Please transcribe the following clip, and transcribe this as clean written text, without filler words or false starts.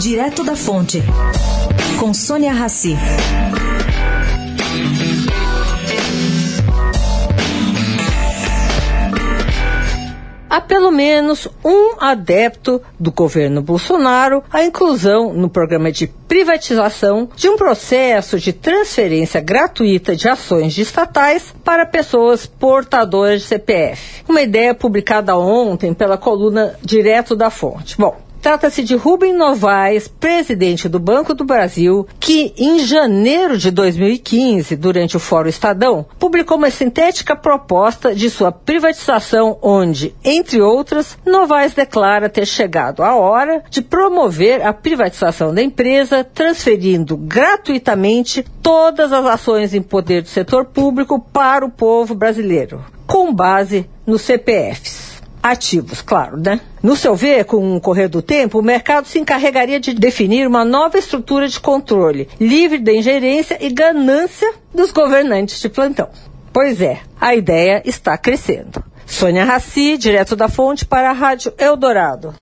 Direto da Fonte, com Sônia Rassi. Há pelo menos um adepto do governo Bolsonaro à inclusão no programa de privatização de um processo de transferência gratuita de ações de estatais para pessoas portadoras de CPF. Uma ideia publicada ontem pela coluna Direto da Fonte. Bom, trata-se de Rubem Novaes, presidente do Banco do Brasil, que em janeiro de 2015, durante o Fórum Estadão, publicou uma sintética proposta de sua privatização onde, entre outras, Novaes declara ter chegado a hora de promover a privatização da empresa, transferindo gratuitamente todas as ações em poder do setor público para o povo brasileiro, com base nos CPFs. Ativos, claro, né? No seu ver, com o correr do tempo, o mercado se encarregaria de definir uma nova estrutura de controle, livre da ingerência e ganância dos governantes de plantão. Pois é, a ideia está crescendo. Sônia Rassi, Direto da Fonte, para a Rádio Eldorado.